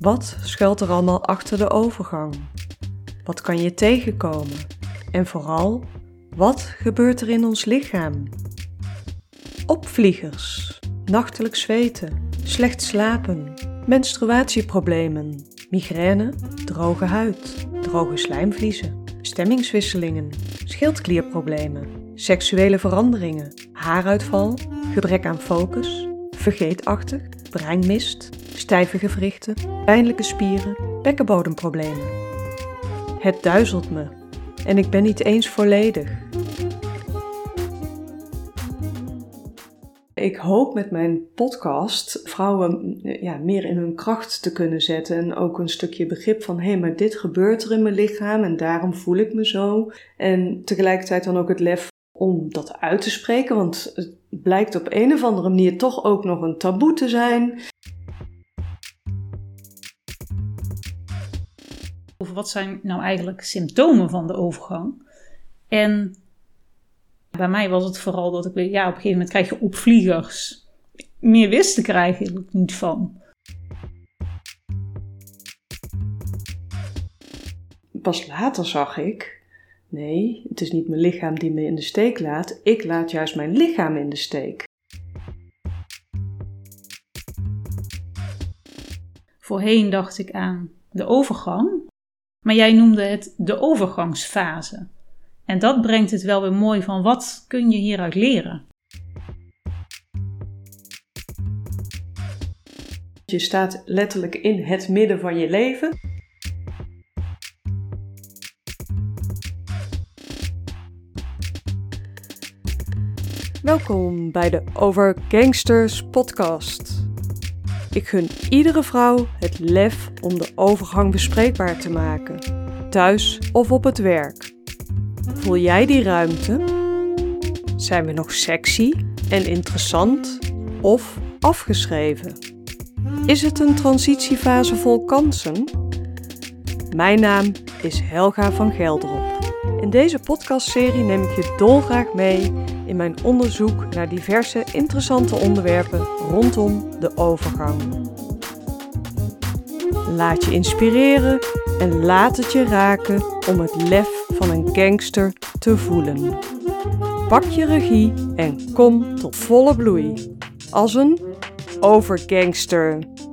Wat schuilt er allemaal achter de overgang? Wat kan je tegenkomen? En vooral, wat gebeurt er in ons lichaam? Opvliegers, nachtelijk zweten, slecht slapen, menstruatieproblemen, migraine, droge huid, droge slijmvliezen, stemmingswisselingen, schildklierproblemen, seksuele veranderingen, haaruitval, gebrek aan focus, vergeetachtig, breinmist, stijve gewrichten, pijnlijke spieren, bekkenbodemproblemen. Het duizelt me en ik ben niet eens volledig. Ik hoop met mijn podcast vrouwen meer in hun kracht te kunnen zetten en ook een stukje begrip van maar dit gebeurt er in mijn lichaam en daarom voel ik me zo. En tegelijkertijd dan ook het lef om dat uit te spreken, want het blijkt op een of andere manier toch ook nog een taboe te zijn. Over wat zijn nou eigenlijk symptomen van de overgang? En bij mij was het vooral dat ik op een gegeven moment krijg je opvliegers. Meer wist ik er eigenlijk niet van. Pas later zag ik, nee, het is niet mijn lichaam die me in de steek laat. Ik laat juist mijn lichaam in de steek. Voorheen dacht ik aan de overgang, maar jij noemde het de overgangsfase. En dat brengt het wel weer mooi van wat kun je hieruit leren? Je staat letterlijk in het midden van je leven. Welkom bij de Over Gangsters podcast. Ik gun iedere vrouw het lef om de overgang bespreekbaar te maken, thuis of op het werk. Voel jij die ruimte? Zijn we nog sexy en interessant of afgeschreven? Is het een transitiefase vol kansen? Mijn naam is Helga van Geldrop. In deze podcastserie neem ik je dolgraag mee in mijn onderzoek naar diverse interessante onderwerpen rondom de overgang. Laat je inspireren en laat het je raken om het lef van een gangster te voelen. Pak je regie en kom tot volle bloei als een overgangster.